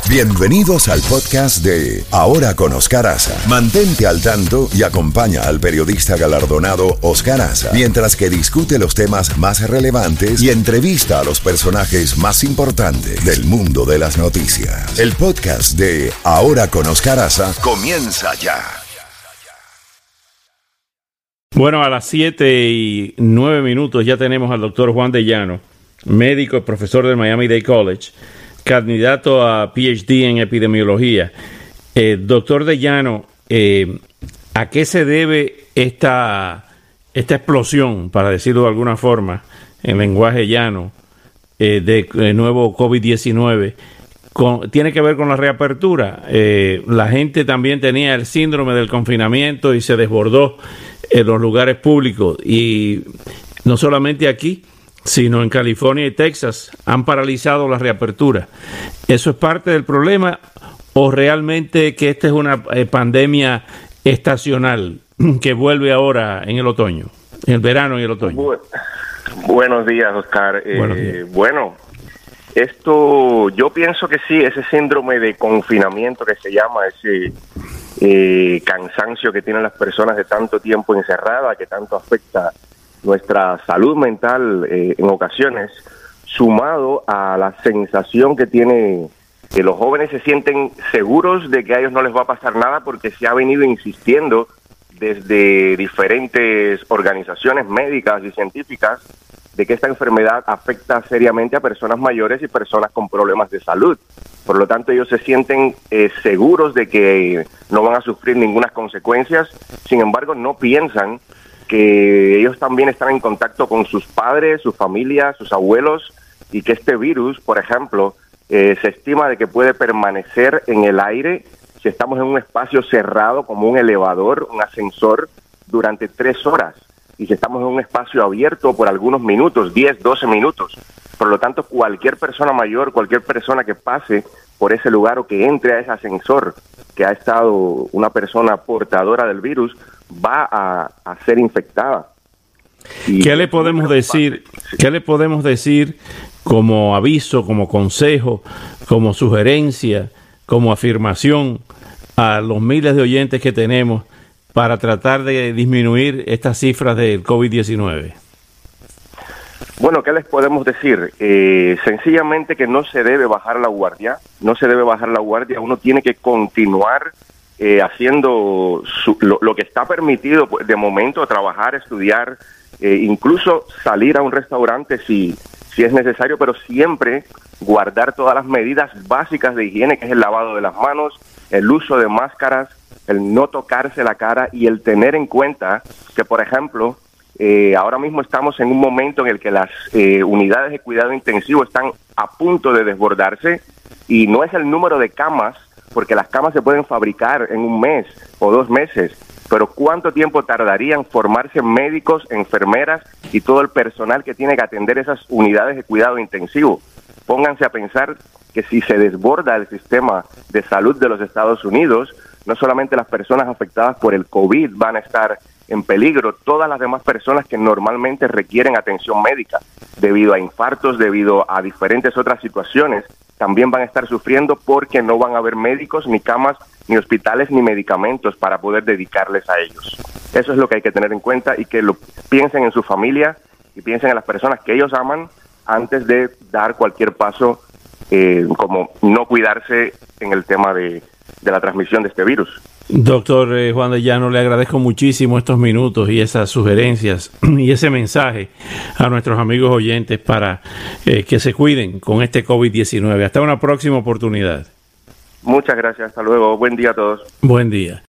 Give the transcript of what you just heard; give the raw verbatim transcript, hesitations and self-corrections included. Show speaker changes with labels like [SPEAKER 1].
[SPEAKER 1] Bienvenidos al podcast de Ahora con Oscar Aza. Mantente al tanto y acompaña al periodista galardonado Oscar Aza mientras que discute los temas más relevantes y entrevista a los personajes más importantes del mundo de las noticias. El podcast de Ahora con Oscar Aza comienza ya.
[SPEAKER 2] Bueno, a las siete y nueve minutos ya tenemos al doctor Juan de Llano, médico y profesor del Miami-Dade College, candidato a P H D en epidemiología. Eh, doctor de Llano, eh, ¿a qué se debe esta, esta explosión, para decirlo de alguna forma, en lenguaje llano, eh, de, de nuevo COVID diecinueve? Con, ¿Tiene que ver con la reapertura? Eh, la gente también tenía el síndrome del confinamiento y se desbordó en los lugares públicos. Y no solamente aquí, sino en California y Texas, han paralizado la reapertura. ¿Eso es parte del problema o realmente que esta es una eh, pandemia estacional que vuelve ahora en el otoño, en el verano y el otoño?
[SPEAKER 3] Bu- buenos días, Oscar. Eh,
[SPEAKER 2] Buenos días.
[SPEAKER 3] Bueno, esto yo pienso que sí, ese síndrome de confinamiento que se llama, ese eh, cansancio que tienen las personas de tanto tiempo encerradas, que tanto afecta nuestra salud mental eh, en ocasiones, sumado a la sensación que tiene que los jóvenes se sienten seguros de que a ellos no les va a pasar nada porque se ha venido insistiendo desde diferentes organizaciones médicas y científicas de que esta enfermedad afecta seriamente a personas mayores y personas con problemas de salud. Por lo tanto, ellos se sienten eh, seguros de que no van a sufrir ninguna consecuencias. Sin embargo, no piensan que ellos también están en contacto con sus padres, sus familias, sus abuelos, y que este virus, por ejemplo, eh, se estima de que puede permanecer en el aire si estamos en un espacio cerrado como un elevador, un ascensor, durante tres horas, y si estamos en un espacio abierto por algunos minutos, diez, doce minutos. Por lo tanto, cualquier persona mayor, cualquier persona que pase por ese lugar o que entre a ese ascensor que ha estado una persona portadora del virus, va a, a ser infectada. Y
[SPEAKER 2] ¿Qué le podemos decir?
[SPEAKER 3] Sí.
[SPEAKER 2] ¿Qué le podemos decir como aviso, como consejo, como sugerencia, como afirmación a los miles de oyentes que tenemos para tratar de disminuir estas cifras del COVID diecinueve?
[SPEAKER 3] Bueno, ¿qué les podemos decir? Eh, sencillamente que no se debe bajar la guardia, no se debe bajar la guardia, uno tiene que continuar eh, haciendo su, lo, lo que está permitido de momento, trabajar, estudiar, eh, incluso salir a un restaurante si, si es necesario, pero siempre guardar todas las medidas básicas de higiene, que es el lavado de las manos, el uso de máscaras, el no tocarse la cara y el tener en cuenta que, por ejemplo, Eh, ahora mismo estamos en un momento en el que las eh, unidades de cuidado intensivo están a punto de desbordarse, y no es el número de camas, porque las camas se pueden fabricar en un mes o dos meses, pero ¿cuánto tiempo tardarían formarse médicos, enfermeras y todo el personal que tiene que atender esas unidades de cuidado intensivo? Pónganse a pensar que si se desborda el sistema de salud de los Estados Unidos, no solamente las personas afectadas por el COVID van a estar en peligro, todas las demás personas que normalmente requieren atención médica debido a infartos, debido a diferentes otras situaciones, también van a estar sufriendo porque no van a haber médicos, ni camas, ni hospitales, ni medicamentos para poder dedicarles a ellos. Eso es lo que hay que tener en cuenta, y que lo piensen en su familia y piensen en las personas que ellos aman antes de dar cualquier paso, eh, como no cuidarse en el tema de, de la transmisión de este virus.
[SPEAKER 2] Doctor eh, Juan de Llano, le agradezco muchísimo estos minutos y esas sugerencias y ese mensaje a nuestros amigos oyentes para eh, que se cuiden con este COVID diecinueve. Hasta una próxima oportunidad.
[SPEAKER 3] Muchas gracias, hasta luego, buen día a todos.
[SPEAKER 2] Buen día.